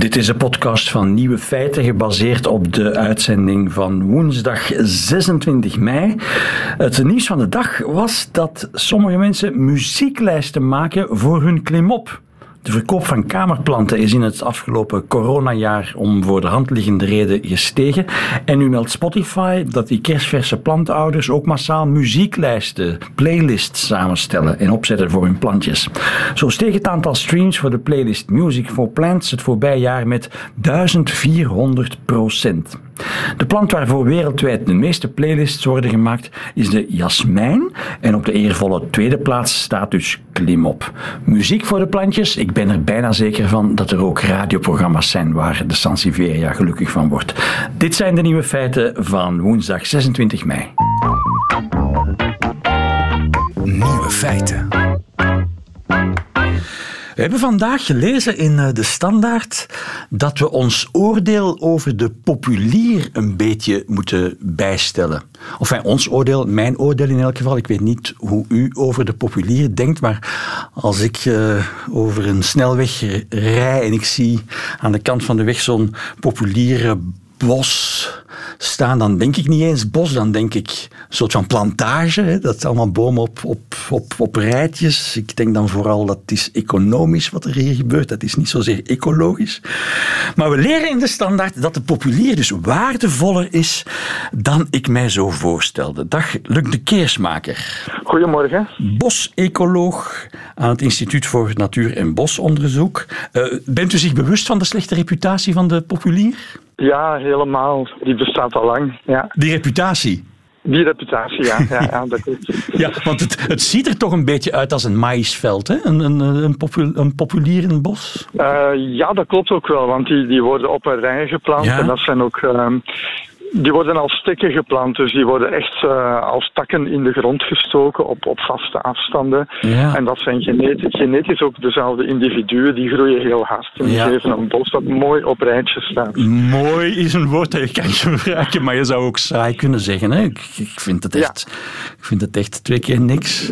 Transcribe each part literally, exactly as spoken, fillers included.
Dit is een podcast van Nieuwe Feiten, gebaseerd op de uitzending van woensdag zesentwintig mei. Het nieuws van de dag was dat sommige mensen muzieklijsten maken voor hun klimop. De verkoop van kamerplanten is in het afgelopen coronajaar om voor de hand liggende reden gestegen. En nu meldt Spotify dat die kerstverse plantouders ook massaal muzieklijsten, playlists samenstellen en opzetten voor hun plantjes. Zo steeg het aantal streams voor de playlist Music for Plants het voorbije jaar met duizend vierhonderd procent. De plant waarvoor wereldwijd de meeste playlists worden gemaakt is de jasmijn. En op de eervolle tweede plaats staat dus klimop. Muziek voor de plantjes. Ik ben er bijna zeker van dat er ook radioprogramma's zijn waar de Sansevieria gelukkig van wordt. Dit zijn de nieuwe feiten van woensdag zesentwintig mei. Nieuwe feiten. We hebben vandaag gelezen in De Standaard dat we ons oordeel over de populier een beetje moeten bijstellen. Of enfin, ons oordeel, mijn oordeel in elk geval. Ik weet niet hoe u over de populier denkt, maar als ik uh, over een snelweg rij en ik zie aan de kant van de weg zo'n populiere bos staan, dan denk ik niet eens bos, dan denk ik een soort van plantage. Hè? Dat is allemaal bomen op, op, op, op rijtjes. Ik denk dan vooral dat het is economisch wat er hier gebeurt. Dat is niet zozeer ecologisch. Maar we leren in De Standaard dat de populier dus waardevoller is dan ik mij zo voorstelde. Dag, Luc de Keersmaker. Goedemorgen. Bosecoloog aan het Instituut voor Natuur- en Bosonderzoek. Uh, bent u zich bewust van de slechte reputatie van de populier? Ja, helemaal. Die bestaat al lang. Ja. Die reputatie? Die reputatie, ja. ja, ja, dat is. Ja, want het, het ziet er toch een beetje uit als een maïsveld, hè? Een, een, een, popul, een populier bos? Uh, ja, dat klopt ook wel, want die, die worden op een rij geplant. Ja. En dat zijn ook... Uh, Die worden als stekken geplant, dus die worden echt uh, als takken in de grond gestoken op, op vaste afstanden. Ja. En dat zijn genetisch, genetisch ook dezelfde individuen, die groeien heel hard. En die ja. geven een bos dat mooi op rijtjes staat. Mooi is een woord dat je kan gebruiken, maar je zou ook saai kunnen zeggen. Hè? Ik, ik, vind het echt, ja. ik vind het echt twee keer niks.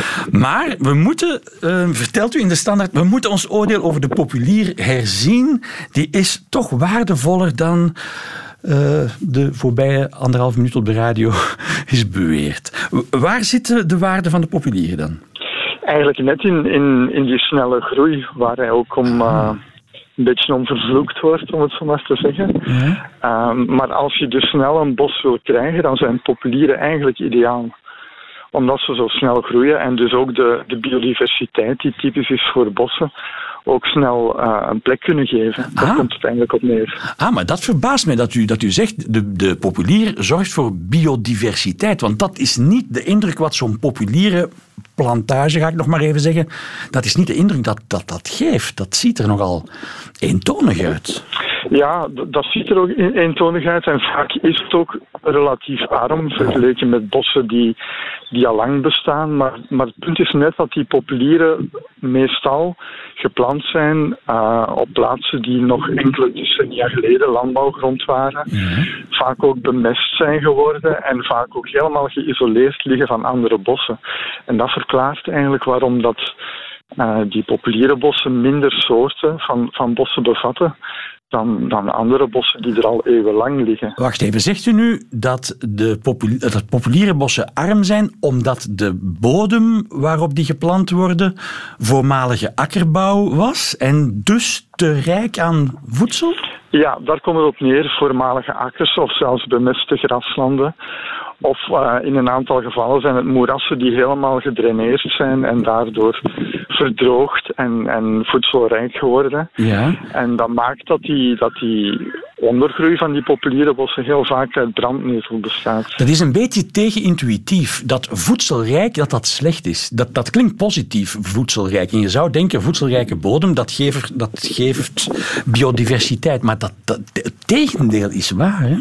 Maar we moeten, uh, vertelt u in De Standaard, we moeten ons oordeel over de populier herzien. Die is toch waardevoller dan... Uh, de voorbije anderhalf minuut op de radio is beweerd. Waar zit de waarde van de populier dan? Eigenlijk net in, in, in die snelle groei, waar hij ook om... Uh, een beetje om vervloekt wordt, om het zo maar te zeggen. Ja. Uh, maar als je dus snel een bos wil krijgen, dan zijn populieren eigenlijk ideaal. Omdat ze zo snel groeien en dus ook de, de biodiversiteit die typisch is voor bossen ook snel uh, een plek kunnen geven. Daar ah. komt het eigenlijk op neer. Ah, maar dat verbaast mij dat u, dat u zegt, de, de populier zorgt voor biodiversiteit. Want dat is niet de indruk wat zo'n populiere plantage, ga ik nog maar even zeggen, dat is niet de indruk dat dat, dat geeft. Dat ziet er nogal eentonig uit. Ja, dat ziet er ook eentonig uit en vaak is het ook relatief arm vergeleken met bossen die, die al lang bestaan. Maar, maar het punt is net dat die populieren meestal geplant zijn uh, op plaatsen die nog enkele decennia geleden landbouwgrond waren. Ja. Vaak ook bemest zijn geworden en vaak ook helemaal geïsoleerd liggen van andere bossen. En dat verklaart eigenlijk waarom dat, uh, die populiere bossen minder soorten van, van bossen bevatten. Dan, dan andere bossen die er al eeuwenlang liggen. Wacht even, zegt u nu dat de populi- dat populiere bossen arm zijn omdat de bodem waarop die geplant worden voormalige akkerbouw was en dus te rijk aan voedsel? Ja, daar komt het op neer. Voormalige akkers of zelfs bemeste graslanden. Of uh, in een aantal gevallen zijn het moerassen die helemaal gedraineerd zijn en daardoor verdroogd en, en voedselrijk geworden. Ja. En dat maakt dat die, dat die ondergroei van die populiere bossen heel vaak uit brandnetel bestaat. Dat is een beetje tegenintuïtief. Dat voedselrijk, dat dat slecht is. Dat, dat klinkt positief, voedselrijk. En je zou denken, voedselrijke bodem, dat geeft, dat geeft biodiversiteit. Maar dat, dat, het tegendeel is waar, hè?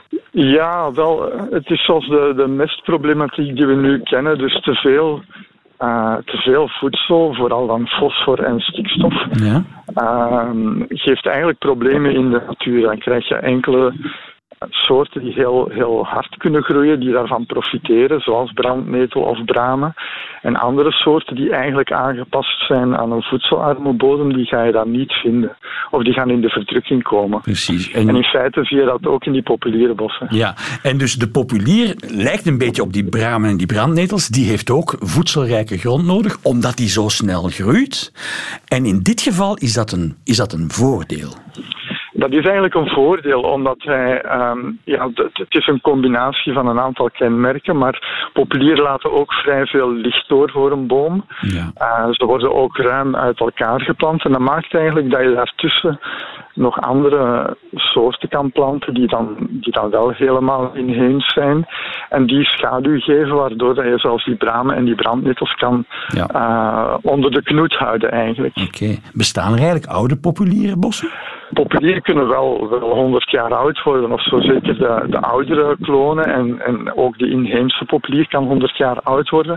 Ja, wel, het is zoals de, de mestproblematiek die we nu kennen. Dus te veel, uh, te veel voedsel, vooral dan fosfor en stikstof, ja. uh, geeft eigenlijk problemen in de natuur. Dan krijg je enkele soorten die heel, heel hard kunnen groeien, die daarvan profiteren, zoals brandnetel of bramen. En andere soorten die eigenlijk aangepast zijn aan een voedselarme bodem, die ga je dan niet vinden. Of die gaan in de verdrukking komen. Precies. En, en in feite zie je dat ook in die populiere bossen. Ja, en dus de populier lijkt een beetje op die bramen en die brandnetels. Die heeft ook voedselrijke grond nodig, omdat die zo snel groeit. En in dit geval is dat een, is dat een voordeel. Dat is eigenlijk een voordeel, omdat hij, um, ja, het is een combinatie van een aantal kenmerken, maar populieren laten ook vrij veel licht door voor een boom. Ja. Uh, ze worden ook ruim uit elkaar geplant en dat maakt eigenlijk dat je daartussen nog andere soorten kan planten die dan, die dan wel helemaal inheems zijn en die schaduw geven, waardoor dat je zelfs die bramen en die brandnetels kan ja. uh, onder de knoet houden eigenlijk. Oké. Okay. Bestaan er eigenlijk oude populiere bossen? Populieren kunnen wel, wel honderd jaar oud worden of zo. Zeker de, de oudere klonen en, en ook de inheemse populier kan honderd jaar oud worden.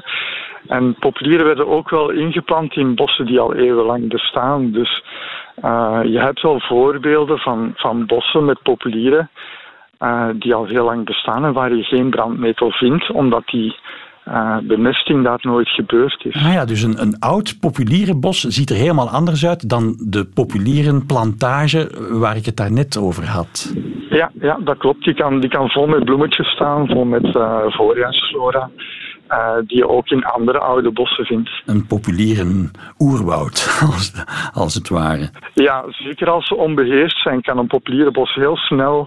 En populieren werden ook wel ingeplant in bossen die al eeuwenlang bestaan. Dus uh, je hebt wel voorbeelden van, van bossen met populieren uh, die al heel lang bestaan en waar je geen brandnetel vindt, omdat die Uh, bemesting daar nooit gebeurd is. Ah ja, dus een, een oud populiere bos ziet er helemaal anders uit dan de populiere plantage waar ik het daar net over had. Ja, ja dat klopt. Die kan, die kan vol met bloemetjes staan, vol met uh, voorjaarsflora, uh, die je ook in andere oude bossen vindt. Een populiere oerwoud, als, als het ware. Ja, zeker als ze onbeheerst zijn, kan een populiere bos heel snel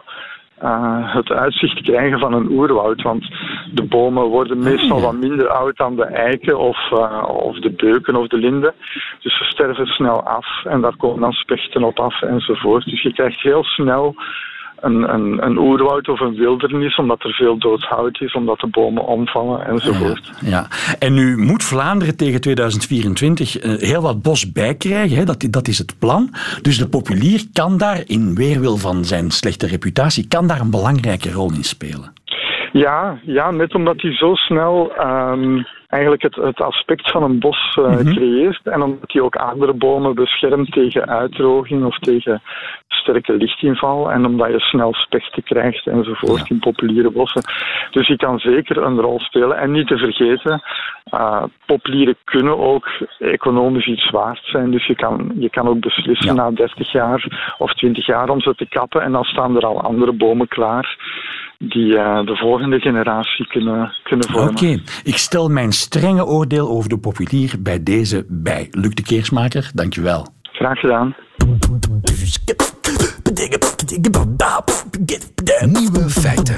Uh, het uitzicht krijgen van een oerwoud, want de bomen worden meestal wat minder oud dan de eiken of, uh, of de beuken of de linden. Dus ze sterven snel af en daar komen dan spechten op af enzovoort. Dus je krijgt heel snel een, een, een oerwoud of een wildernis, omdat er veel dood hout is, omdat de bomen omvallen enzovoort. Ja, ja. En nu moet Vlaanderen tegen tweeduizend vierentwintig uh, heel wat bos bijkrijgen, hè? Dat, dat is het plan. Dus de populier kan daar, in weerwil van zijn slechte reputatie, kan daar een belangrijke rol in spelen. Ja, ja, net omdat hij zo snel um, eigenlijk het, het aspect van een bos uh, mm-hmm. creëert en omdat hij ook andere bomen beschermt tegen uitdroging of tegen sterke lichtinval en omdat je snel spechten krijgt enzovoort ja. in populiere bossen. Dus die kan zeker een rol spelen. En niet te vergeten, uh, populieren kunnen ook economisch iets waard zijn. Dus je kan, je kan ook beslissen ja. na dertig jaar of twintig jaar om ze te kappen en dan staan er al andere bomen klaar die uh, de volgende generatie kunnen, kunnen vormen. Oké, okay. Ik stel mijn strenge oordeel over de populier bij deze bij. Luc de Keersmaker, dank je wel. Graag gedaan. Nieuwe feiten.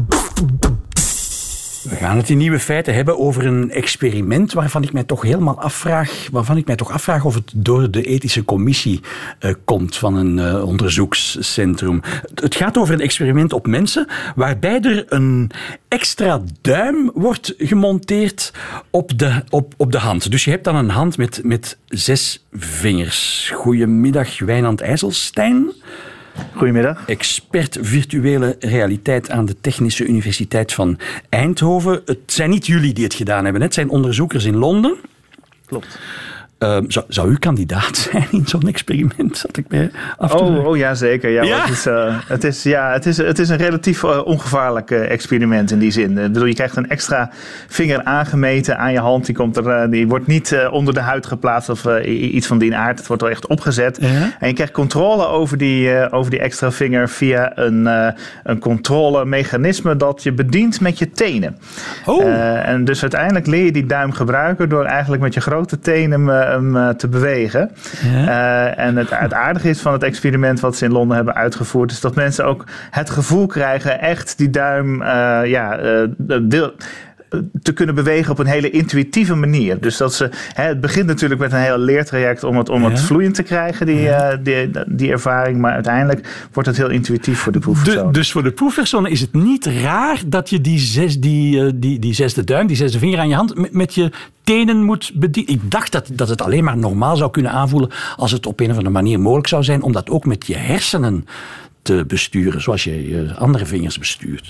We gaan het in Nieuwe Feiten hebben over een experiment waarvan ik mij toch helemaal afvraag, waarvan ik mij toch afvraag of het door de ethische commissie uh, komt van een uh, onderzoekscentrum. Het gaat over een experiment op mensen waarbij er een extra duim wordt gemonteerd op de, op, op de hand. Dus je hebt dan een hand met, met zes vingers. Goedemiddag, Wijnand IJsselstein. Goedemiddag. Expert virtuele realiteit aan de Technische Universiteit van Eindhoven. Het zijn niet jullie die het gedaan hebben, het zijn onderzoekers in Londen. Klopt. Uh, zou, zou u kandidaat zijn in zo'n experiment? Zat ik mij af te oh, oh ja, zeker. Ja, ja? Het, is, uh, het, is, ja het, is, het is een relatief uh, ongevaarlijk uh, experiment in die zin. Uh, bedoel, je krijgt een extra vinger aangemeten aan je hand. Die, komt er, uh, die wordt niet uh, onder de huid geplaatst of uh, iets van die aard. Het wordt wel echt opgezet. Ja? En je krijgt controle over die, uh, over die extra vinger via een, uh, een controlemechanisme dat je bedient met je tenen. Oh. Uh, en dus uiteindelijk leer je die duim gebruiken door eigenlijk met je grote tenen uh, Um, uh, te bewegen. Ja. Uh, en het, het aardige is van het experiment wat ze in Londen hebben uitgevoerd, is dat mensen ook het gevoel krijgen echt die duim uh, ja, uh, wil, te kunnen bewegen op een hele intuïtieve manier. Dus dat ze, hè, het begint natuurlijk met een heel leertraject om het, om ja. het vloeiend te krijgen, die, uh, die, die ervaring, maar uiteindelijk wordt het heel intuïtief voor de proefpersoon. De, dus voor de proefpersoon is het niet raar dat je die, zes, die, die, die zesde duim, die zesde vinger aan je hand, met, met je tenen moet bedienen. Ik dacht dat, dat het alleen maar normaal zou kunnen aanvoelen als het op een of andere manier mogelijk zou zijn om dat ook met je hersenen te besturen, zoals je je andere vingers bestuurt.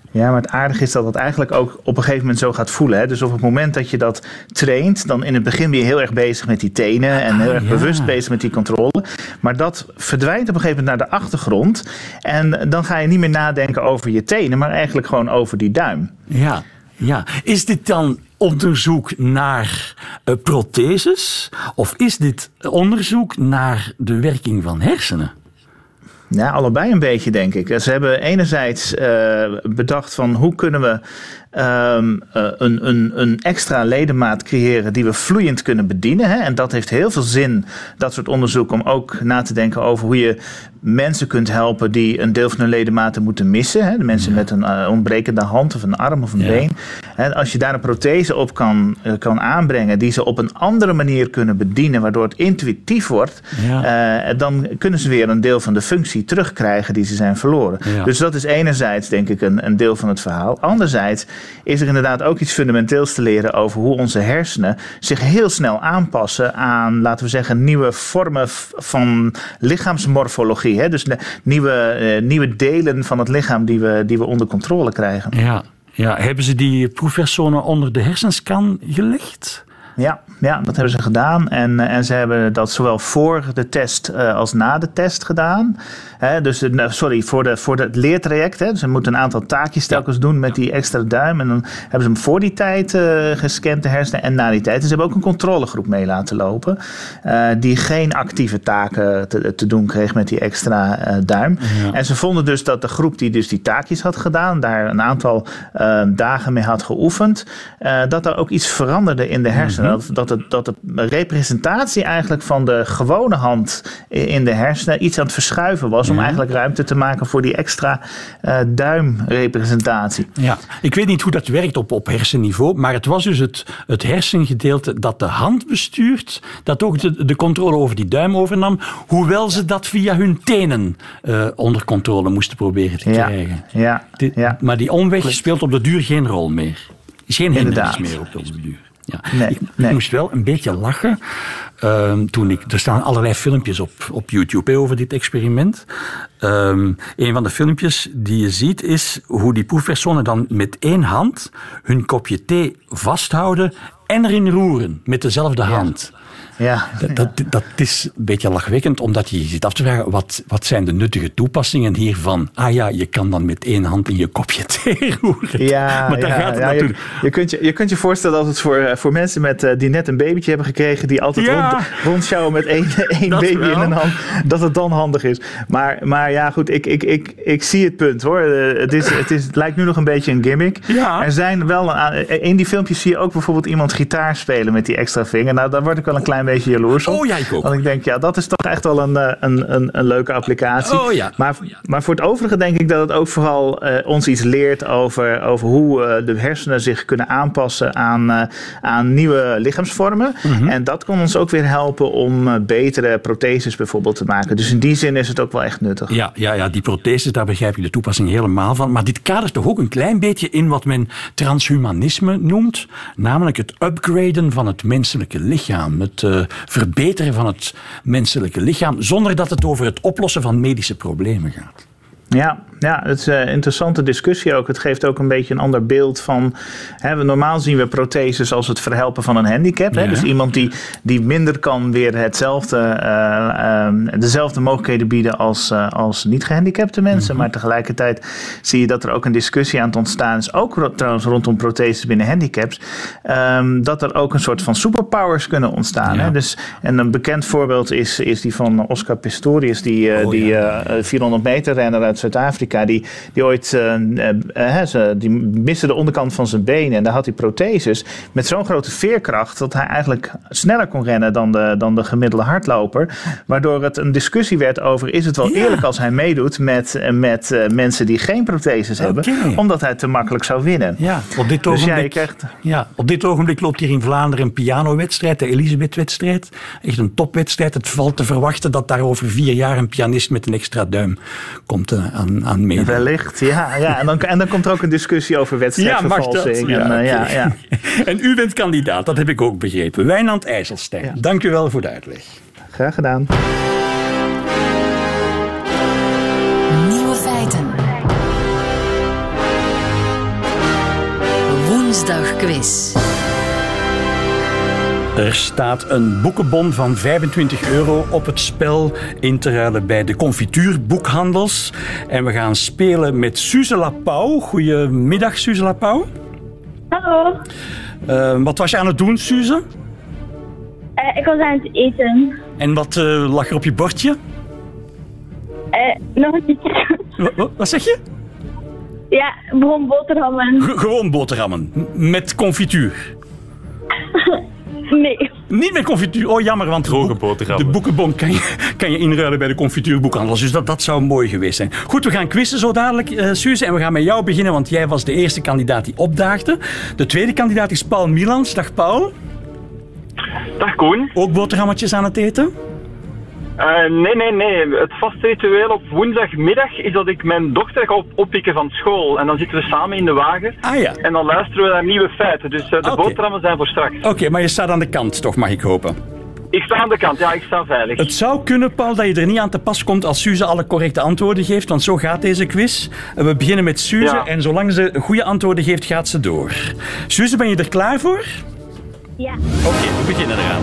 Ja, maar het aardige is dat het eigenlijk ook op een gegeven moment zo gaat voelen. Hè? Dus op het moment dat je dat traint, dan in het begin ben je heel erg bezig met die tenen en heel erg ja. bewust bezig met die controle. Maar dat verdwijnt op een gegeven moment naar de achtergrond. En dan ga je niet meer nadenken over je tenen, maar eigenlijk gewoon over die duim. Ja, ja. Is dit dan onderzoek naar uh, protheses of is dit onderzoek naar de werking van hersenen? Ja, allebei een beetje, denk ik. Ze hebben enerzijds uh, bedacht van hoe kunnen we um, uh, een, een, een extra ledemaat creëren die we vloeiend kunnen bedienen. Hè? En dat heeft heel veel zin, dat soort onderzoek, om ook na te denken over hoe je mensen kunt helpen die een deel van hun ledematen moeten missen. Hè? De mensen ja. met een uh, ontbrekende hand of een arm of een ja. been. En als je daar een prothese op kan, uh, kan aanbrengen die ze op een andere manier kunnen bedienen, waardoor het intuïtief wordt, ja. uh, dan kunnen ze weer een deel van de functie terugkrijgen die ze zijn verloren. Ja. Dus dat is enerzijds, denk ik, een, een deel van het verhaal. Anderzijds is er inderdaad ook iets fundamenteels te leren over hoe onze hersenen zich heel snel aanpassen aan, laten we zeggen, nieuwe vormen van lichaamsmorfologie. Hè? Dus de nieuwe, uh, nieuwe delen van het lichaam die we, die we onder controle krijgen. Ja, ja. Hebben ze die proefpersonen onder de hersenscan gelegd? Ja, ja, dat hebben ze gedaan. En, en ze hebben dat zowel voor de test uh, als na de test gedaan. He, dus de, sorry, voor, de, voor het leertraject. Hè. Dus ze moeten een aantal taakjes telkens ja. doen met die extra duim. En dan hebben ze hem voor die tijd uh, gescand, de hersenen, en na die tijd. En ze hebben ook een controlegroep mee laten lopen. Uh, die geen actieve taken te, te doen kreeg met die extra uh, duim. Ja. En ze vonden dus dat de groep die dus die taakjes had gedaan, daar een aantal uh, dagen mee had geoefend, uh, dat er ook iets veranderde in de hersenen. Dat, dat, het, dat de representatie eigenlijk van de gewone hand in de hersenen iets aan het verschuiven was, om ja. eigenlijk ruimte te maken voor die extra uh, duimrepresentatie. Ja, ik weet niet hoe dat werkt op, op hersenniveau, maar het was dus het, het hersengedeelte dat de hand bestuurt, dat ook de, de controle over die duim overnam, hoewel ze dat via hun tenen uh, onder controle moesten proberen te ja. krijgen. Ja. Die, ja. Maar die omweg speelt op de duur geen rol meer. Is geen hindernis meer op de duur. Ja. Nee, ik nee. moest wel een beetje lachen. Uh, toen ik, er staan allerlei filmpjes op, op YouTube over dit experiment. Um, een van de filmpjes die je ziet is hoe die proefpersonen dan met één hand hun kopje thee vasthouden en erin roeren met dezelfde hand. Ja. Ja, dat, dat, dat is een beetje lachwekkend, omdat je je zit af te vragen, wat, wat zijn de nuttige toepassingen hiervan? Ah ja, je kan dan met één hand in je kopje thee roeren. Ja, maar daar ja, gaat het ja, natuurlijk. Je, je, kunt je, je kunt je voorstellen dat het voor, voor mensen met, uh, die net een babytje hebben gekregen, die altijd ja. rond, rondsjouwen met één, één baby wel. in een hand, dat het dan handig is. Maar, maar ja, goed, ik, ik, ik, ik zie het punt hoor. Uh, het, is, het, is, het lijkt nu nog een beetje een gimmick. Ja. Er zijn wel, een, in die filmpjes zie je ook bijvoorbeeld iemand gitaar spelen met die extra vinger. Nou, daar word ik wel een klein beetje jaloers op. Oh ja, ik ook. Want ik denk, ja, dat is toch echt wel een, een, een, een leuke applicatie. Oh ja. Maar, maar voor het overige denk ik dat het ook vooral uh, ons iets leert over, over hoe uh, de hersenen zich kunnen aanpassen aan, uh, aan nieuwe lichaamsvormen. Mm-hmm. En dat kan ons ook weer helpen om uh, betere protheses bijvoorbeeld te maken. Dus in die zin is het ook wel echt nuttig. Ja, ja, ja, die protheses, daar begrijp ik de toepassing helemaal van. Maar dit kadert toch ook een klein beetje in wat men transhumanisme noemt. Namelijk het upgraden van het menselijke lichaam. Het uh, verbeteren van het menselijke lichaam, zonder dat het over het oplossen van medische problemen gaat. Ja, ja, het is een interessante discussie ook. Het geeft ook een beetje een ander beeld van. Hè, normaal zien we protheses als het verhelpen van een handicap. Hè? Ja. Dus iemand die, die minder kan weer hetzelfde, uh, uh, dezelfde mogelijkheden bieden als, uh, als niet-gehandicapte mensen. Mm-hmm. Maar tegelijkertijd zie je dat er ook een discussie aan het ontstaan is. Ook trouwens rondom protheses binnen handicaps. Um, dat er ook een soort van superpowers kunnen ontstaan. Ja. Hè? Dus, en een bekend voorbeeld is, is die van Oscar Pistorius, die, uh, oh, die ja. uh, vierhonderd meter renner uit Zuid-Afrika, die, die ooit, uh, uh, uh, die miste de onderkant van zijn benen en daar had hij protheses met zo'n grote veerkracht dat hij eigenlijk sneller kon rennen dan de, dan de gemiddelde hardloper. Waardoor het een discussie werd over, is het wel ja. eerlijk als hij meedoet met, met uh, mensen die geen protheses okay. hebben, omdat hij te makkelijk zou winnen. Ja, op dit dus ogenblik, ja, je krijgt... ja, op dit ogenblik loopt hier in Vlaanderen een pianowedstrijd, de Elisabeth-wedstrijd. Echt een topwedstrijd. Het valt te verwachten dat daar over vier jaar een pianist met een extra duim komt uh, aan, aan mee. Wellicht, ja. ja. En, dan, en dan komt er ook een discussie over wedstrijdvervalsing. Ja, en, ja, uh, ja, ja. En u bent kandidaat, dat heb ik ook begrepen. Wijnand IJsselstein, ja. Dank u wel voor de uitleg. Graag gedaan. Nieuwe feiten. quiz. Er staat een boekenbon van vijfentwintig euro op het spel in te ruilen bij de confituurboekhandels. En we gaan spelen met Suze Lapau. Goedemiddag, Suze Lapau. Hallo. Uh, wat was je aan het doen, Suze? Uh, ik was aan het eten. En wat uh, lag er op je bordje? Uh, nog een beetje. Wat, wat zeg je? Ja, gewoon boterhammen. G- gewoon boterhammen. M- met confituur. Nee. Niet met confituur. Oh, jammer, want de, boek, de boekenbon kan je, kan je inruilen bij de confituurboekhandels. Dus dat, dat zou mooi geweest zijn. Goed, we gaan quizzen zo dadelijk, uh, Suze. En we gaan met jou beginnen, want jij was de eerste kandidaat die opdaagde. De tweede kandidaat is Paul Milans. Dag, Paul. Dag, Koen. Ook boterhammetjes aan het eten? Uh, nee, nee, nee. Het vaste ritueel op woensdagmiddag is dat ik mijn dochter ga op- oppikken van school. En dan zitten we samen in de wagen. Ah ja. En dan luisteren we naar nieuwe feiten. Dus uh, de Okay. boterhammen zijn voor straks. Oké, okay, maar je staat aan de kant, toch, mag ik hopen? Ik sta aan de kant, ja, ik sta veilig. Het zou kunnen, Paul, dat je er niet aan te pas komt als Suze alle correcte antwoorden geeft, want zo gaat deze quiz. We beginnen met Suze Ja. en zolang ze goede antwoorden geeft, gaat ze door. Suze, ben je er klaar voor? Ja. Oké, okay, we beginnen eraan.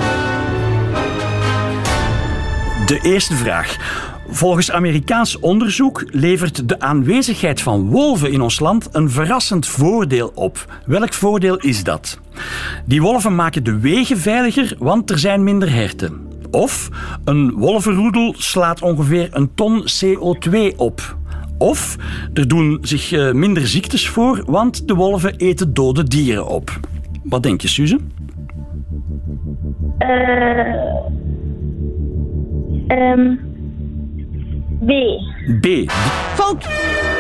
De eerste vraag. Volgens Amerikaans onderzoek levert de aanwezigheid van wolven in ons land een verrassend voordeel op. Welk voordeel is dat? Die wolven maken de wegen veiliger, want er zijn minder herten. Of een wolvenroedel slaat ongeveer een ton C O twee op. Of er doen zich uh, minder ziektes voor, want de wolven eten dode dieren op. Wat denk je, Suze? Uh, um, B. B. Fout.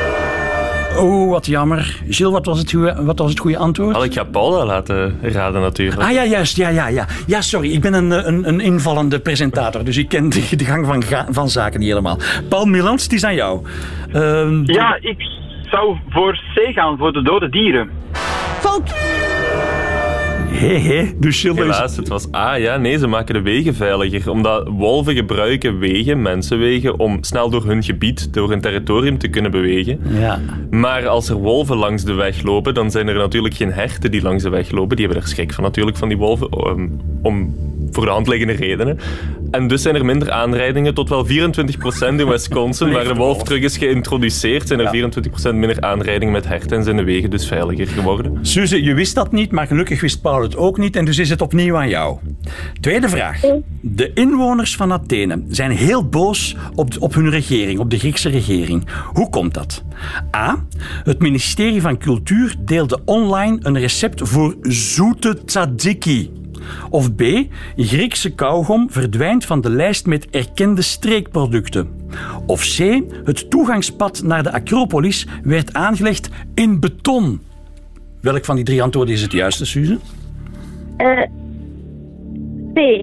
Oh, wat jammer. Gilles, wat was het goede, wat was het goede antwoord? Al, ik ga Paula laten raden natuurlijk. Ah ja, juist. Ja, ja, ja. Ja, sorry. Ik ben een, een, een invallende presentator, dus ik ken de, de gang van, ga, van zaken niet helemaal. Paul Milans, het is aan jou. Uh, Ja, ik zou voor C gaan, voor de dode dieren. Fout. Hé, hé. Dus Gilles... Helaas, het was A. Ja, nee, ze maken de wegen veiliger. Omdat wolven gebruiken wegen, mensenwegen, om snel door hun gebied, door hun territorium te kunnen bewegen. Ja. Maar als er wolven langs de weg lopen, dan zijn er natuurlijk geen herten die langs de weg lopen. Die hebben er schrik van natuurlijk, van die wolven, om, om voor de hand liggende redenen. En dus zijn er minder aanrijdingen, tot wel vierentwintig procent in Wisconsin, waar de wolf terug is geïntroduceerd, zijn er Ja. vierentwintig procent minder aanrijdingen met herten en zijn de wegen dus veiliger geworden. Suze, je wist dat niet, maar gelukkig wist Paul het ook niet en dus is het opnieuw aan jou. Tweede vraag. De inwoners van Athene zijn heel boos op, op hun regering, op de Griekse regering. Hoe komt dat? A. Het ministerie van Cultuur deelde online een recept voor zoete tzatziki. Of B. Griekse kauwgom verdwijnt van de lijst met erkende streekproducten. Of C. Het toegangspad naar de Acropolis werd aangelegd in beton. Welk van die drie antwoorden is het juiste, Suze? Uh, C.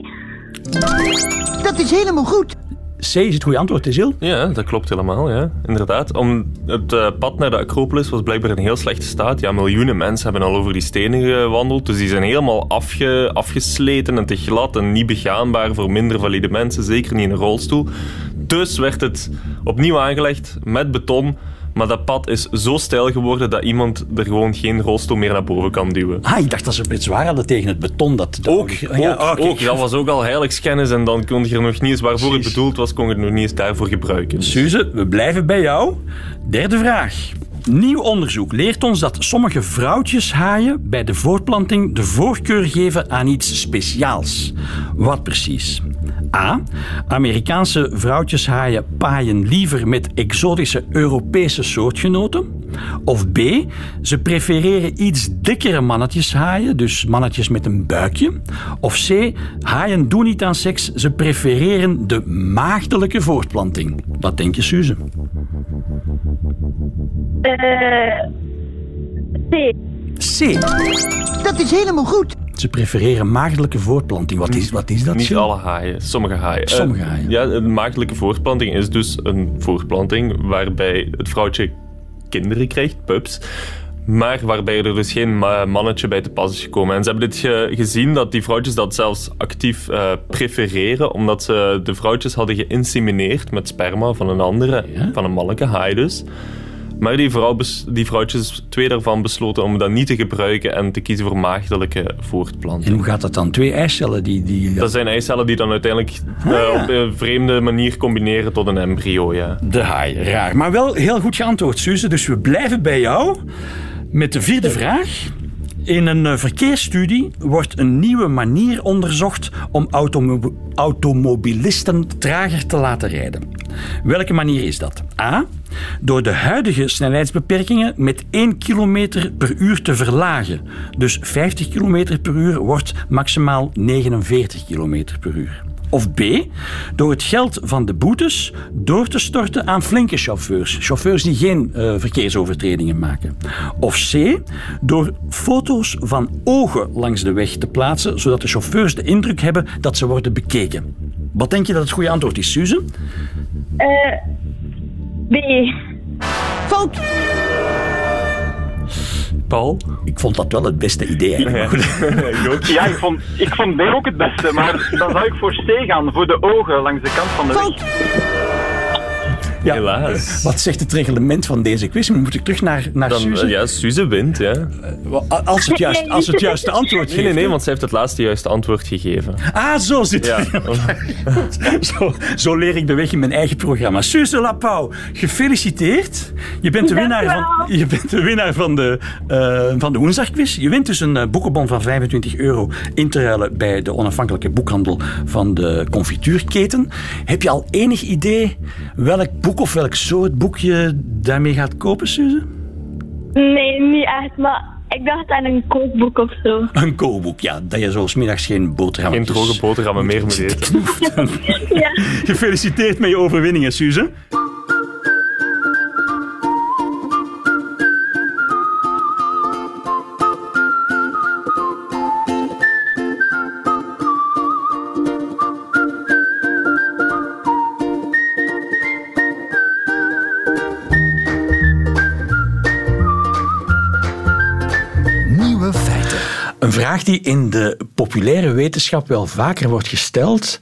Dat is helemaal goed. C is het goede antwoord, Isil. Ja, dat klopt helemaal, ja. Inderdaad. Om, het uh, pad naar de Acropolis was blijkbaar in heel slechte staat. Ja, miljoenen mensen hebben al over die stenen gewandeld, dus die zijn helemaal afge, afgesleten en te glad en niet begaanbaar voor minder valide mensen, zeker niet in een rolstoel. Dus werd het opnieuw aangelegd met beton, maar dat pad is zo steil geworden dat iemand er gewoon geen rolstoel meer naar boven kan duwen. Ah, ik dacht dat ze het zwaar hadden tegen het beton. Dat, dat Ook, ja, ook, oké. ook, dat was ook al heiligschennis en dan kon je er nog niet eens, waarvoor het Precies. bedoeld was, kon je het nog niet eens daarvoor gebruiken. Suze, we blijven bij jou. Derde vraag. Nieuw onderzoek leert ons dat sommige vrouwtjeshaaien bij de voortplanting de voorkeur geven aan iets speciaals. Wat precies? A. Amerikaanse vrouwtjeshaaien paaien liever met exotische Europese soortgenoten. Of B. Ze prefereren iets dikkere mannetjeshaaien, dus mannetjes met een buikje. Of C. Haaien doen niet aan seks, ze prefereren de maagdelijke voortplanting. Wat denk je, Suze? Uh, C. C. Dat is helemaal goed. Ze prefereren maagdelijke voortplanting. Wat is, wat is dat? Niet Gilles? alle haaien, sommige haaien. Sommige Uh, haaien. Ja, een maagdelijke voortplanting is dus een voortplanting waarbij het vrouwtje kinderen krijgt, pups, maar waarbij er dus geen ma- mannetje bij te pas is gekomen. En ze hebben dit ge- gezien dat die vrouwtjes dat zelfs actief uh, prefereren, omdat ze de vrouwtjes hadden geïnsemineerd met sperma van een andere, Ja? van een mannelijke haai dus. Maar die, vrouw bes- die vrouwtjes, twee daarvan besloten om dat niet te gebruiken en te kiezen voor maagdelijke voortplanting. En hoe gaat dat dan? Twee eicellen die... die... Dat zijn eicellen die dan uiteindelijk Ah, uh, ja. op een vreemde manier combineren tot een embryo, ja. De haai, raar. Maar wel heel goed geantwoord, Suze. Dus we blijven bij jou met de vierde vraag. In een uh, verkeersstudie wordt een nieuwe manier onderzocht om automo- automobilisten trager te laten rijden. Welke manier is dat? A. Door de huidige snelheidsbeperkingen met één kilometer per uur te verlagen. Dus vijftig kilometer per uur wordt maximaal negenenveertig kilometer per uur. Of B. Door het geld van de boetes door te storten aan flinke chauffeurs. Chauffeurs die geen uh, verkeersovertredingen maken. Of C. Door foto's van ogen langs de weg te plaatsen, zodat de chauffeurs de indruk hebben dat ze worden bekeken. Wat denk je dat het goede antwoord is, Suze? Uh, B. Fout. Paul? Ik vond dat wel het beste idee eigenlijk. Ik ook. Ja, ik vond, ik vond B ook het beste, maar dan zou ik voor C gaan, voor de ogen langs de kant van de weg. Fout. Ja. Helaas. Wat zegt het reglement van deze quiz? Moet ik terug naar, naar Dan, Suze? uh, ja, Suze wint, ja. Als het, juist, als het juiste antwoord geeft. Nee, nee, nee, want zij heeft het laatste juiste antwoord gegeven. Ah, zo zit het. Ja. Zo, zo leer ik de weg in mijn eigen programma. Suze Lapau, gefeliciteerd. Je bent de winnaar van, je bent de, winnaar van de, uh, van de woensdagquiz. Je wint dus een uh, boekenbon van vijfentwintig euro in te ruilen bij de onafhankelijke boekhandel van de confituurketen. Heb je al enig idee welk boek of welk soort boek je daarmee gaat kopen, Suze? Nee, niet echt, maar ik dacht aan een kookboek of zo. Een kookboek, ja. Dat je zo 's middags geen boterhammen... Geen droge boterhammen meer moet eten. Ja. Gefeliciteerd met je overwinningen, Suze. Nieuwe feiten. Een vraag die in de populaire wetenschap wel vaker wordt gesteld,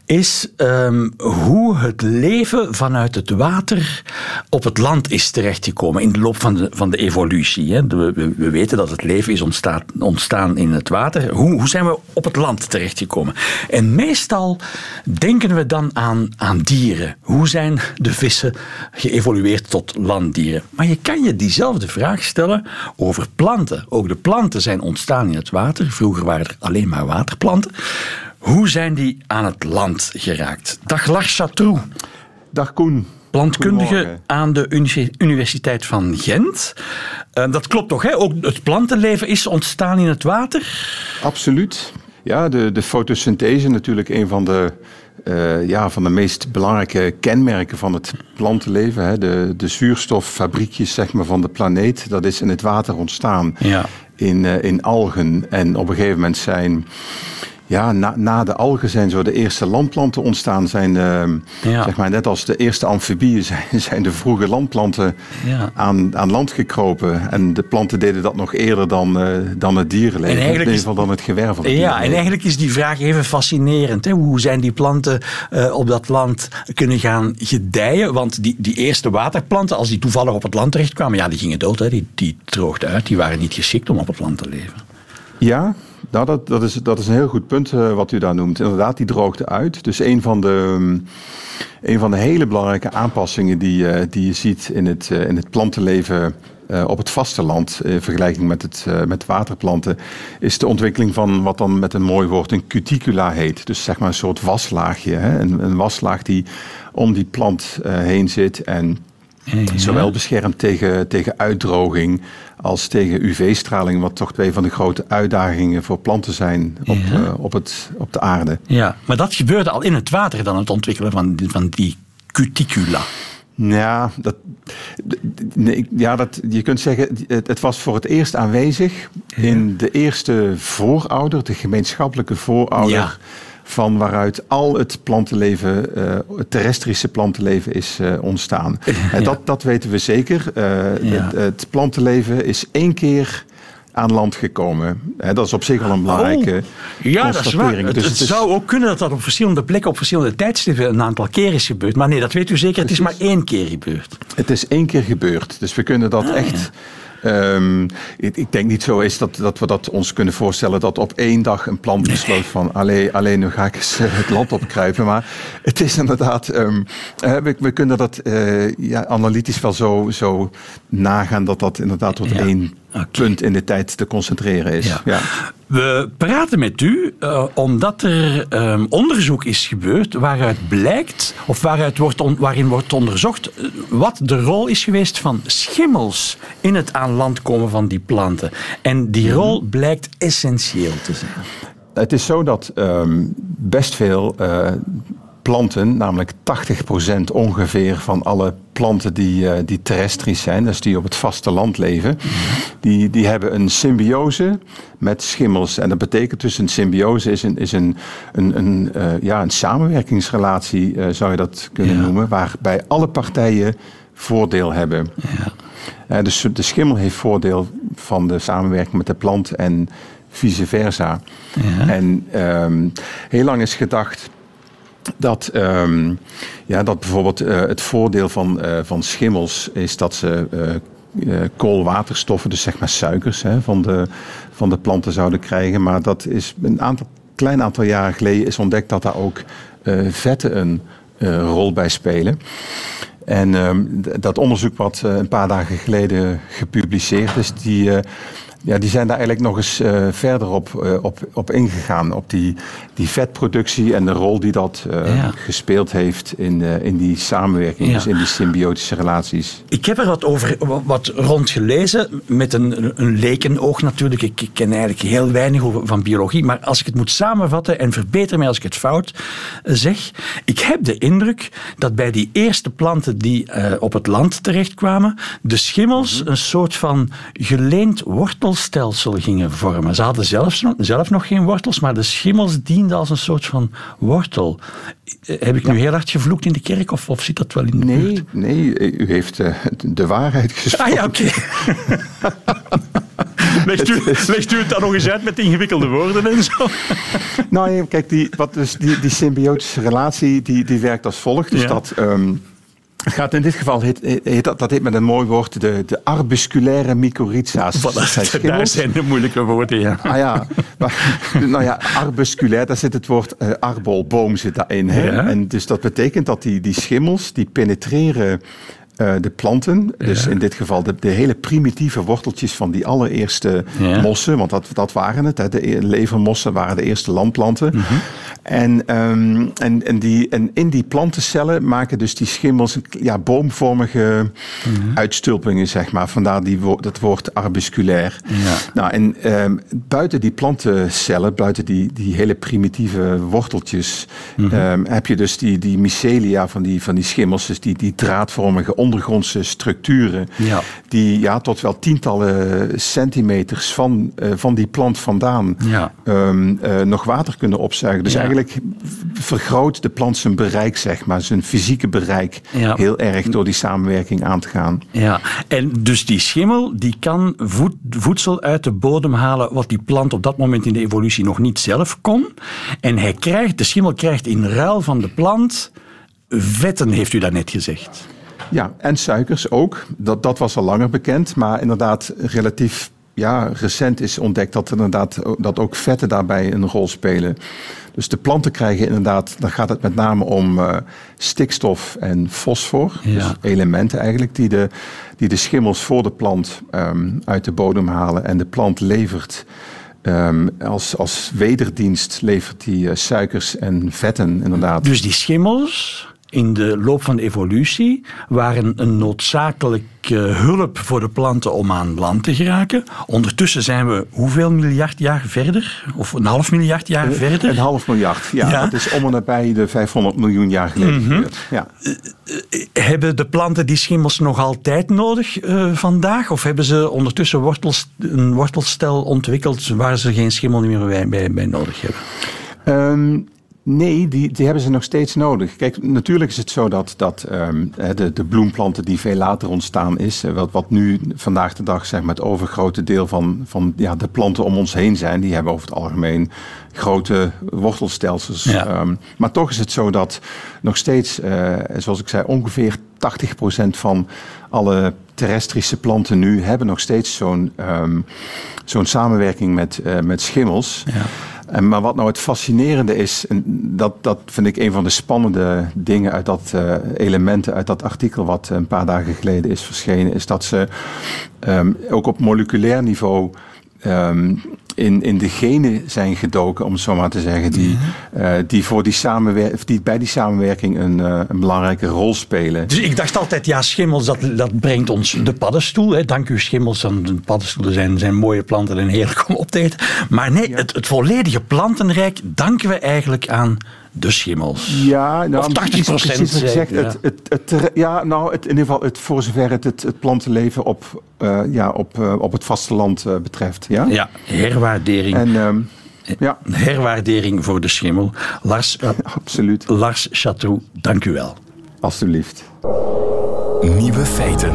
is um, hoe het leven vanuit het water op het land is terechtgekomen in de loop van de, van de evolutie. Hè. We, we, we weten dat het leven is ontstaan, ontstaan in het water. Hoe, hoe zijn we op het land terechtgekomen? En meestal denken we dan aan, aan dieren. Hoe zijn de vissen geëvolueerd tot landdieren? Maar je kan je diezelfde vraag stellen over planten. Ook de planten zijn ontstaan in het water. Vroeger waren er alleen maar waterplanten. Hoe zijn die aan het land geraakt? Dag Lars Chatroux. Dag Koen. Plantkundige Goedemorgen. aan de Uni- Universiteit van Gent. Uh, dat klopt toch, hè? Ook het plantenleven is ontstaan in het water? Absoluut. Ja, de, de fotosynthese natuurlijk een van de, uh, ja, van de meest belangrijke kenmerken van het plantenleven. Hè. De, de zuurstoffabriekjes zeg maar, van de planeet, dat is in het water ontstaan. Ja. In, uh, in algen. En op een gegeven moment zijn... Ja, na, na de algen zijn zo de eerste landplanten ontstaan. Zijn, uh, Ja. zeg maar, net als de eerste amfibieën zijn, zijn de vroege landplanten Ja. aan, aan land gekropen. En de planten deden dat nog eerder dan, uh, dan het dierenleven. En In eigenlijk ieder is- geval dan het gewervel. van het Ja, en dierenleven. eigenlijk is die vraag even fascinerend. Hè? Hoe zijn die planten uh, op dat land kunnen gaan gedijen? Want die, die eerste waterplanten, als die toevallig op het land terechtkwamen, ja, die gingen dood. Hè? Die, die droogden uit. Die waren niet geschikt om op het land te leven. Ja, nou, dat, dat, is, dat is een heel goed punt uh, wat u daar noemt. Inderdaad, die droogde uit. Dus een van de, um, een van de hele belangrijke aanpassingen die, uh, die je ziet in het, uh, in het plantenleven uh, op het vasteland, in vergelijking met, het, uh, met waterplanten, is de ontwikkeling van wat dan met een mooi woord een cuticula heet. Dus zeg maar een soort waslaagje. Hè? Een, een waslaag die om die plant uh, heen zit en zowel beschermt tegen, tegen uitdroging als tegen U V-straling, wat toch twee van de grote uitdagingen voor planten zijn op, Ja. uh, op, het, op de aarde. Ja, maar dat gebeurde al in het water dan, het ontwikkelen van, van die cuticula. Ja, dat, nee, ja dat, je kunt zeggen, het, het was voor het eerst aanwezig in de eerste voorouder, de gemeenschappelijke voorouder, Ja. van waaruit al het plantenleven, uh, het terrestrische plantenleven is uh, ontstaan. En dat, dat weten we zeker. Uh, Ja. het, het plantenleven is één keer aan land gekomen. Hè, dat is op zich wel een belangrijke Oh, ja, dat is waar. constatering. Het, Dus het het is- zou ook kunnen dat dat op verschillende plekken, op verschillende tijdstippen een aantal keer is gebeurd. Maar nee, dat weet u zeker, het is maar één keer gebeurd. Het is één keer gebeurd. Dus we kunnen dat ah, echt... Ja. Um, ik, ik denk niet zo is dat, dat we dat ons kunnen voorstellen dat op één dag een plant besloot van alleen, alleen nu ga ik eens het land opkruipen. Maar het is inderdaad, um, uh, we, we kunnen dat uh, ja, analytisch wel zo, zo nagaan dat dat inderdaad tot ja. één okay. punt in de tijd te concentreren is. Ja. Ja. We praten met u uh, omdat er um, onderzoek is gebeurd waaruit blijkt, of waaruit wordt on, waarin wordt onderzocht uh, wat de rol is geweest van schimmels in het aan land komen van die planten. En die rol blijkt essentieel te zijn. Het is zo dat um, best veel uh, planten, namelijk tachtig procent ongeveer van alle planten die, uh, die terrestrisch zijn, dus die op het vasteland leven, die, die hebben een symbiose met schimmels. En dat betekent dus een symbiose is een, is een, een, een, uh, ja, een samenwerkingsrelatie, uh, zou je dat kunnen ja. noemen, waarbij alle partijen voordeel hebben. Ja. Uh, dus de schimmel heeft voordeel van de samenwerking met de plant en vice versa. Ja. En um, heel lang is gedacht dat, um, ja, dat bijvoorbeeld uh, het voordeel van, uh, van schimmels is dat ze uh, uh, koolwaterstoffen, dus zeg maar suikers, hè, van, de, van de planten zouden krijgen. Maar dat is een aantal, klein aantal jaren geleden is ontdekt dat daar ook uh, vetten een uh, rol bij spelen. En um, dat onderzoek wat uh, een paar dagen geleden gepubliceerd is, die... Uh, Ja, die zijn daar eigenlijk nog eens uh, verder op, uh, op, op ingegaan. Op die, die vetproductie en de rol die dat uh, ja. gespeeld heeft in, uh, in die samenwerking. Ja. Dus in die symbiotische relaties. Ik heb er wat over wat rond gelezen. Met een, een lekenoog natuurlijk. Ik ken eigenlijk heel weinig over, van biologie. Maar als ik het moet samenvatten, en verbeter mij als ik het fout zeg. Ik heb de indruk dat bij die eerste planten die uh, op het land terechtkwamen, de schimmels mm-hmm. een soort van geleend wortel stelsel gingen vormen. Ze hadden zelf, zelf nog geen wortels, maar de schimmels dienden als een soort van wortel. Heb ik nu ja. heel hard gevloekt in de kerk, of, of zit dat wel in de nee, buurt? Nee, u heeft uh, de waarheid gesproken. Ah ja, oké. Okay. Legt u, legt u het dan nog eens uit met ingewikkelde woorden en zo? Nou, kijk, die, wat dus die, die symbiotische relatie die, die werkt als volgt. Dus ja. dat... Um, Het gaat in dit geval, heet, heet dat, dat heet met een mooi woord, de, de arbusculaire mycorrhiza's. Voilà, daar zijn de moeilijke woorden, ja. Ah ja, maar, nou ja, arbusculair, daar zit het woord uh, arbol, boom zit daarin. Hè? Ja. En dus dat betekent dat die, die schimmels, die penetreren uh, de planten. Dus ja. in dit geval de, de hele primitieve worteltjes van die allereerste ja. mossen, want dat, dat waren het. Hè? De levermossen waren de eerste landplanten. Mm-hmm. En, um, en, en, die, en in die plantencellen maken dus die schimmels ja, boomvormige mm-hmm. uitstulpingen, zeg maar. Vandaar die wo- dat woord arbusculair. Ja. Nou, en um, buiten die plantencellen, buiten die, die hele primitieve worteltjes, mm-hmm. um, heb je dus die, die mycelia van die, van die schimmels, dus die, die draadvormige ondergrondse structuren, ja. die ja, tot wel tientallen centimeters van, uh, van die plant vandaan ja. um, uh, nog water kunnen opzuigen. Dus ja. eigenlijk vergroot de plant zijn bereik, zeg maar, zijn fysieke bereik ja. heel erg door die samenwerking aan te gaan. Ja, en dus die schimmel die kan voed, voedsel uit de bodem halen wat die plant op dat moment in de evolutie nog niet zelf kon. En hij krijgt, de schimmel krijgt in ruil van de plant vetten, heeft u daarnet gezegd. Ja, en suikers ook. Dat, dat was al langer bekend, maar inderdaad relatief ja, recent is ontdekt dat, inderdaad, dat ook vetten daarbij een rol spelen. Dus de planten krijgen inderdaad, dan gaat het met name om uh, stikstof en fosfor. Ja. Dus elementen eigenlijk die de, die de schimmels voor de plant um, uit de bodem halen. En de plant levert um, als, als wederdienst levert die uh, suikers en vetten inderdaad. Dus die schimmels in de loop van de evolutie waren een noodzakelijke hulp voor de planten om aan land te geraken. Ondertussen zijn we hoeveel miljard jaar verder? Of een half miljard jaar een, verder? Een half miljard, ja. ja. Dat is om en nabij de vijfhonderd miljoen jaar geleden mm-hmm. gebeurd. Ja. Uh, uh, hebben de planten die schimmels nog altijd nodig uh, vandaag? Of hebben ze ondertussen wortels, een wortelstel ontwikkeld waar ze geen schimmel meer bij, bij, bij nodig hebben? Um, Nee, die, die hebben ze nog steeds nodig. Kijk, natuurlijk is het zo dat, dat um, de, de bloemplanten die veel later ontstaan is, wat, wat nu vandaag de dag zeg maar, het overgrote deel van, van ja, de planten om ons heen zijn, die hebben over het algemeen grote wortelstelsels. Ja. Um, maar toch is het zo dat nog steeds, uh, zoals ik zei, ongeveer tachtig procent van alle terrestrische planten nu hebben nog steeds zo'n, um, zo'n samenwerking met, uh, met schimmels. Ja. En, maar wat nou het fascinerende is, en dat, dat vind ik een van de spannende dingen uit dat uh, elementen uit dat artikel wat een paar dagen geleden is verschenen, is dat ze um, ook op moleculair niveau um, in, in de genen zijn gedoken, om het zo maar te zeggen, die, uh, die, voor die, samenwer- die bij die samenwerking een, uh, een belangrijke rol spelen. Dus ik dacht altijd, ja, schimmels, dat, dat brengt ons de paddenstoel. Hè. Dank u, schimmels. De paddenstoelen zijn, zijn mooie planten en heerlijk om op te eten. Maar nee, ja. het, het volledige plantenrijk danken we eigenlijk aan de schimmels. Ja, nou, of tachtig procent. Precies gezegd, ja. het, het, het, ja, nou, het, in ieder geval het, voor zover het, het, het plantenleven op, uh, ja, op, uh, op het vasteland uh, betreft. Ja, ja herwaardering. En, um, ja. Herwaardering voor de schimmel. Lars, uh, Absoluut. Lars Chatroux, dank u wel. Alsjeblieft. Nieuwe feiten.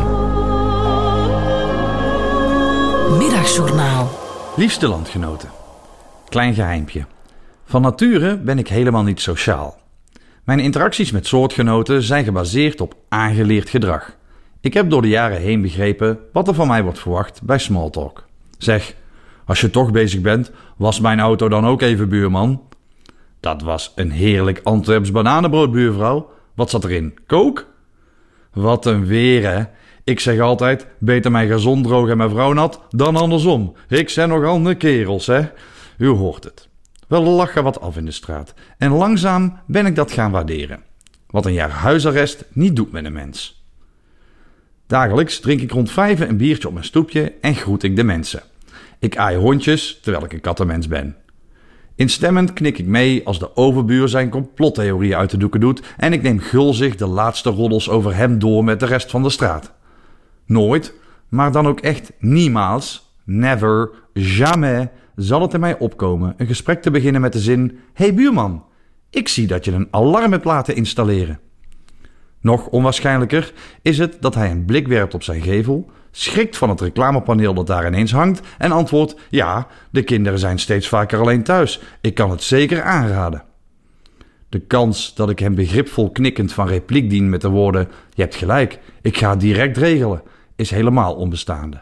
Middagjournaal. Liefste landgenoten. Klein geheimpje. Van nature ben ik helemaal niet sociaal. Mijn interacties met soortgenoten zijn gebaseerd op aangeleerd gedrag. Ik heb door de jaren heen begrepen wat er van mij wordt verwacht bij smalltalk. Zeg, als je toch bezig bent, was mijn auto dan ook even, buurman? Dat was een heerlijk Antwerps bananenbrood, buurvrouw. Wat zat erin? Kook? Wat een weer, hè? Ik zeg altijd, beter mijn gezond droog en mijn vrouw nat dan andersom. Ik zijn nogal een kerels, hè? U hoort het. We lachen wat af in de straat. En langzaam ben ik dat gaan waarderen. Wat een jaar huisarrest niet doet met een mens. Dagelijks drink ik rond vijven een biertje op mijn stoepje en groet ik de mensen. Ik aai hondjes, terwijl ik een kattenmens ben. Instemmend knik ik mee als de overbuur zijn complottheorie uit de doeken doet en ik neem gulzig de laatste roddels over hem door met de rest van de straat. Nooit, maar dan ook echt niemals, never, jamais zal het in mij opkomen een gesprek te beginnen met de zin: hey buurman, ik zie dat je een alarm hebt laten installeren. Nog onwaarschijnlijker is het dat hij een blik werpt op zijn gevel, schrikt van het reclamepaneel dat daar ineens hangt en antwoordt: ja, de kinderen zijn steeds vaker alleen thuis. Ik kan het zeker aanraden. De kans dat ik hem begripvol knikkend van repliek dien met de woorden: je hebt gelijk, ik ga het direct regelen, is helemaal onbestaande.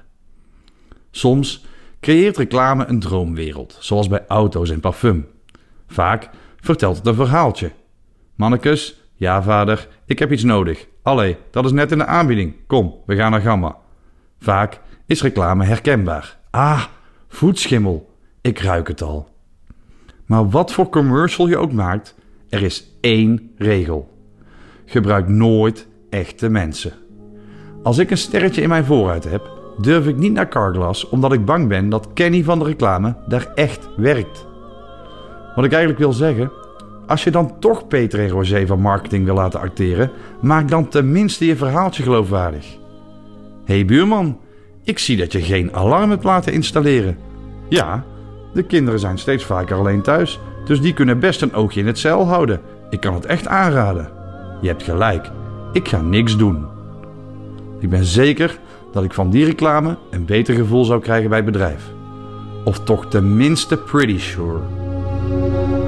Soms creëert reclame een droomwereld, zoals bij auto's en parfum. Vaak vertelt het een verhaaltje. Mannekes, ja vader, ik heb iets nodig. Allee, dat is net in de aanbieding. Kom, we gaan naar Gamma. Vaak is reclame herkenbaar. Ah, voetschimmel. Ik ruik het al. Maar wat voor commercial je ook maakt, er is één regel. Gebruik nooit echte mensen. Als ik een sterretje in mijn voorruit heb, durf ik niet naar Carglass omdat ik bang ben dat Kenny van de reclame daar echt werkt. Wat ik eigenlijk wil zeggen, als je dan toch Peter en Roger van marketing wil laten acteren, maak dan tenminste je verhaaltje geloofwaardig. Hé hey buurman, ik zie dat je geen alarm hebt laten installeren. Ja, de kinderen zijn steeds vaker alleen thuis, dus die kunnen best een oogje in het zeil houden. Ik kan het echt aanraden. Je hebt gelijk, ik ga niks doen. Ik ben zeker dat ik van die reclame een beter gevoel zou krijgen bij het bedrijf. Of toch tenminste pretty sure.